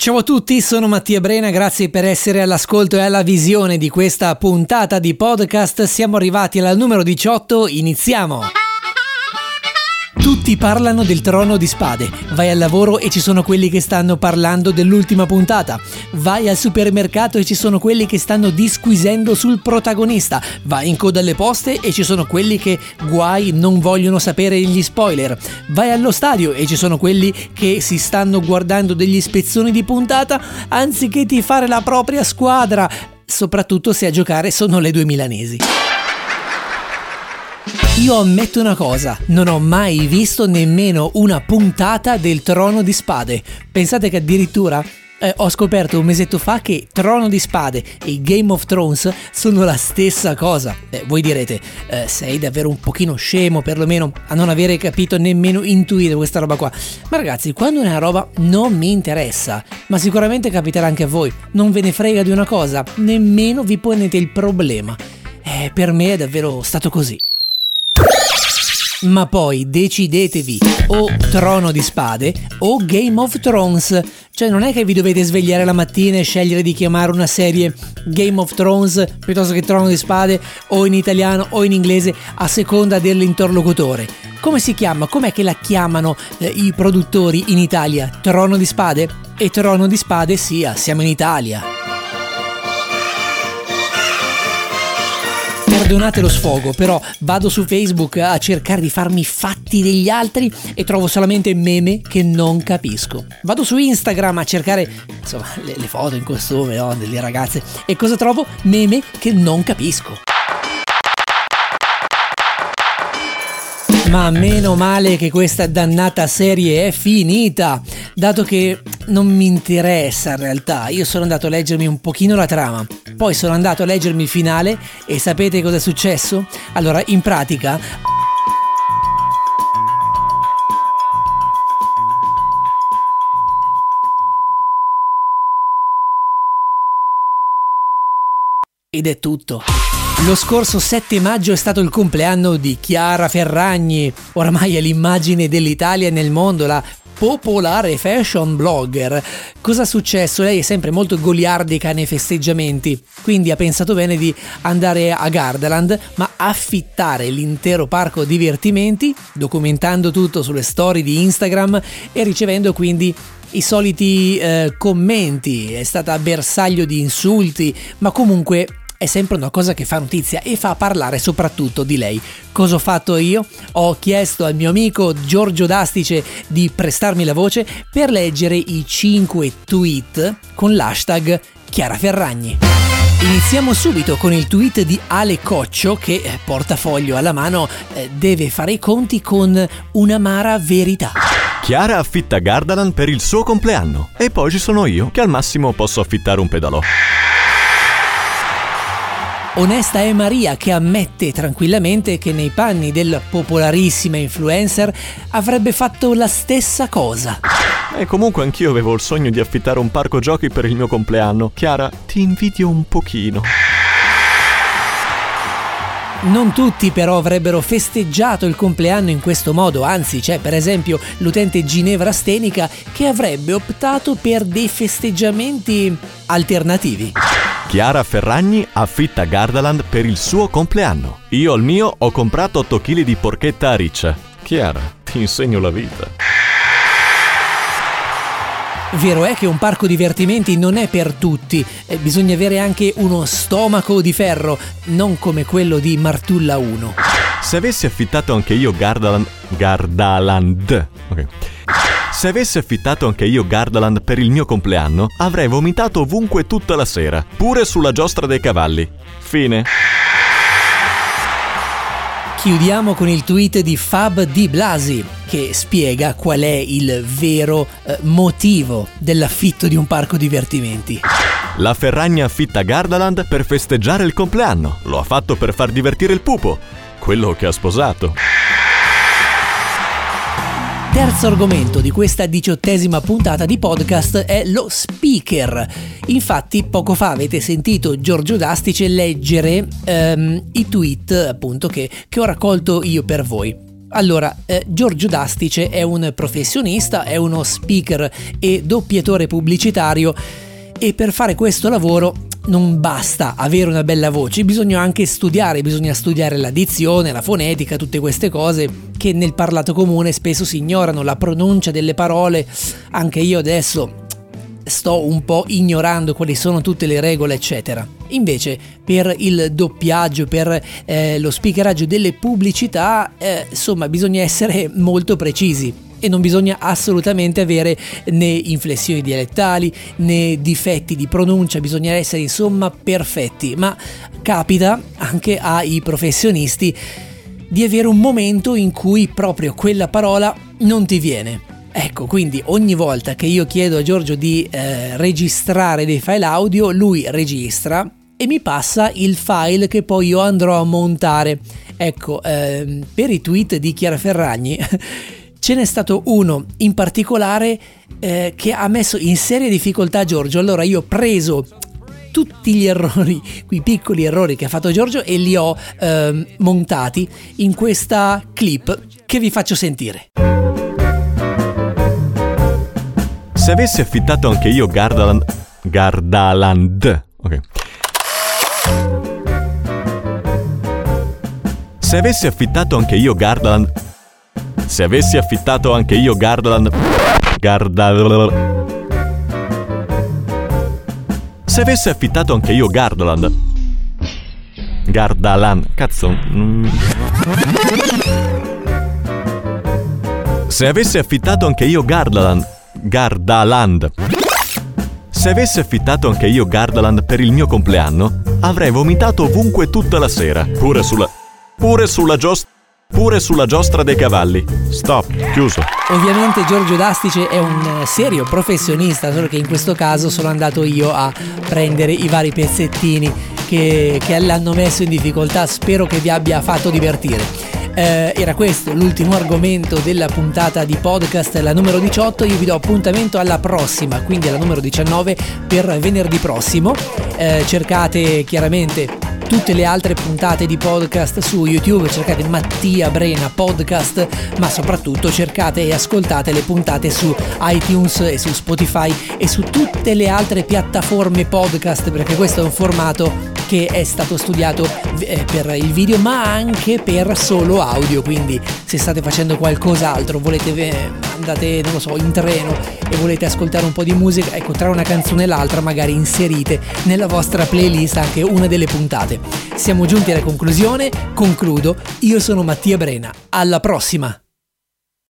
Ciao a tutti, sono Mattia Brena, grazie per essere all'ascolto e alla visione di questa puntata di podcast. Siamo arrivati al numero 18, iniziamo! Tutti parlano del Trono di Spade. Vai al lavoro e ci sono quelli che stanno parlando dell'ultima puntata. Vai al supermercato e ci sono quelli che stanno disquisendo sul protagonista. Vai in coda alle poste e ci sono quelli che guai non vogliono sapere gli spoiler. Vai allo stadio e ci sono quelli che si stanno guardando degli spezzoni di puntata anziché tifare la propria squadra, soprattutto se a giocare sono le due milanesi. Io ammetto una cosa, non ho mai visto nemmeno una puntata del Trono di Spade. Pensate che addirittura ho scoperto un mesetto fa che Trono di Spade e Game of Thrones sono la stessa cosa. Voi direte, sei davvero un pochino scemo perlomeno a non avere capito nemmeno intuito questa roba qua. Ma ragazzi, quando una roba non mi interessa, ma sicuramente capiterà anche a voi, non ve ne frega di una cosa, nemmeno vi ponete il problema. Per me è davvero stato così. Ma poi decidetevi, o Trono di Spade o Game of Thrones. Cioè non è che vi dovete svegliare la mattina e scegliere di chiamare una serie Game of Thrones piuttosto che Trono di Spade, o in italiano o in inglese, a seconda dell'interlocutore. Come si chiama? Com'è che la chiamano i produttori in Italia? Trono di Spade? E Trono di Spade sia, siamo in Italia. Perdonate lo sfogo, però vado su Facebook a cercare di farmi fatti degli altri e trovo solamente meme che non capisco. Vado su Instagram a cercare, insomma, le foto in costume, no, delle ragazze, e cosa trovo? Meme che non capisco. Ma meno male che questa dannata serie è finita, dato che non mi interessa in realtà. Io sono andato a leggermi un pochino la trama, poi sono andato a leggermi il finale e sapete cosa è successo? Allora, in pratica, ed è tutto. Lo scorso 7 maggio è stato il compleanno di Chiara Ferragni, oramai è l'immagine dell'Italia nel mondo, la popolare fashion blogger. Cosa è successo? Lei è sempre molto goliardica nei festeggiamenti, quindi ha pensato bene di andare a Gardaland, ma affittare l'intero parco divertimenti, documentando tutto sulle storie di Instagram e ricevendo quindi i soliti commenti. È stata bersaglio di insulti, ma comunque è sempre una cosa che fa notizia e fa parlare soprattutto di lei. Cosa ho fatto io? Ho chiesto al mio amico Giorgio Dastice di prestarmi la voce per leggere i 5 tweet con l'hashtag Chiara Ferragni. Iniziamo subito con il tweet di Ale Coccio che, portafoglio alla mano, deve fare i conti con un'amara verità. Chiara affitta Gardaland per il suo compleanno e poi ci sono io che al massimo posso affittare un pedalò. Onesta è Maria che ammette tranquillamente che nei panni della popolarissima influencer avrebbe fatto la stessa cosa. E comunque anch'io avevo il sogno di affittare un parco giochi per il mio compleanno. Chiara, ti invidio un pochino. Non tutti però avrebbero festeggiato il compleanno in questo modo, anzi c'è per esempio l'utente Ginevra Stenica che avrebbe optato per dei festeggiamenti alternativi. Chiara Ferragni affitta Gardaland per il suo compleanno. Io al mio ho comprato 8 kg di porchetta a riccia. Chiara, ti insegno la vita. Vero è che un parco divertimenti non è per tutti, bisogna avere anche uno stomaco di ferro, non come quello di Martulla 1. Se avessi affittato anche io Se avessi affittato anche io Gardaland per il mio compleanno, avrei vomitato ovunque tutta la sera, pure sulla giostra dei cavalli. Fine. Chiudiamo con il tweet di Fab Di Blasi che spiega qual è il vero motivo dell'affitto di un parco divertimenti. La Ferragni affitta Gardaland per festeggiare il compleanno. Lo ha fatto per far divertire il pupo, quello che ha sposato. Terzo argomento di questa 18ª puntata di podcast è lo speaker. Infatti poco fa avete sentito Giorgio Dastice leggere i tweet appunto che ho raccolto io per voi. Allora, Giorgio Dastice è un professionista, è uno speaker e doppiatore pubblicitario, e per fare questo lavoro non basta avere una bella voce, bisogna anche studiare, bisogna studiare la dizione, la fonetica, tutte queste cose che nel parlato comune spesso si ignorano, la pronuncia delle parole. Anche io adesso sto un po' ignorando quali sono tutte le regole, eccetera. Invece per il doppiaggio, per lo speakeraggio delle pubblicità, insomma, bisogna essere molto precisi e non bisogna assolutamente avere né inflessioni dialettali né difetti di pronuncia, bisogna essere insomma perfetti. Ma capita anche ai professionisti di avere un momento in cui proprio quella parola non ti viene. Ecco, quindi ogni volta che io chiedo a Giorgio di registrare dei file audio, lui registra e mi passa il file che poi io andrò a montare. Ecco, per i tweet di Chiara Ferragni ce n'è stato uno in particolare che ha messo in seria difficoltà Giorgio. Allora io ho preso tutti gli errori, quei piccoli errori che ha fatto Giorgio, e li ho montati in questa clip che vi faccio sentire. Se avessi affittato anche io Gardaland, ok. Se avessi affittato anche io Gardaland, se avessi affittato anche io Gardaland, se avessi affittato anche io Gardaland, cazzo. Se avessi affittato anche io Gardaland, se avessi affittato anche io Gardaland per il mio compleanno, avrei vomitato ovunque tutta la sera, pure sulla giostra dei cavalli. Stop, chiuso. Ovviamente Giorgio Dastice è un serio professionista, solo che in questo caso sono andato io a prendere i vari pezzettini che l'hanno messo in difficoltà. Spero che vi abbia fatto divertire. Era questo l'ultimo argomento della puntata di podcast, la numero 18. Io vi do appuntamento alla prossima, quindi alla numero 19 per venerdì prossimo. Cercate chiaramente tutte le altre puntate di podcast su YouTube, cercate Mattia Brena Podcast, ma soprattutto cercate e ascoltate le puntate su iTunes e su Spotify e su tutte le altre piattaforme podcast, perché questo è un formato che è stato studiato per il video ma anche per solo audio. Quindi se state facendo qualcos'altro, andate, non lo so, in treno e volete ascoltare un po' di musica, ecco, tra una canzone e l'altra magari inserite nella vostra playlist anche una delle puntate. Siamo giunti alla conclusione, concludo, io sono Mattia Brena, alla prossima!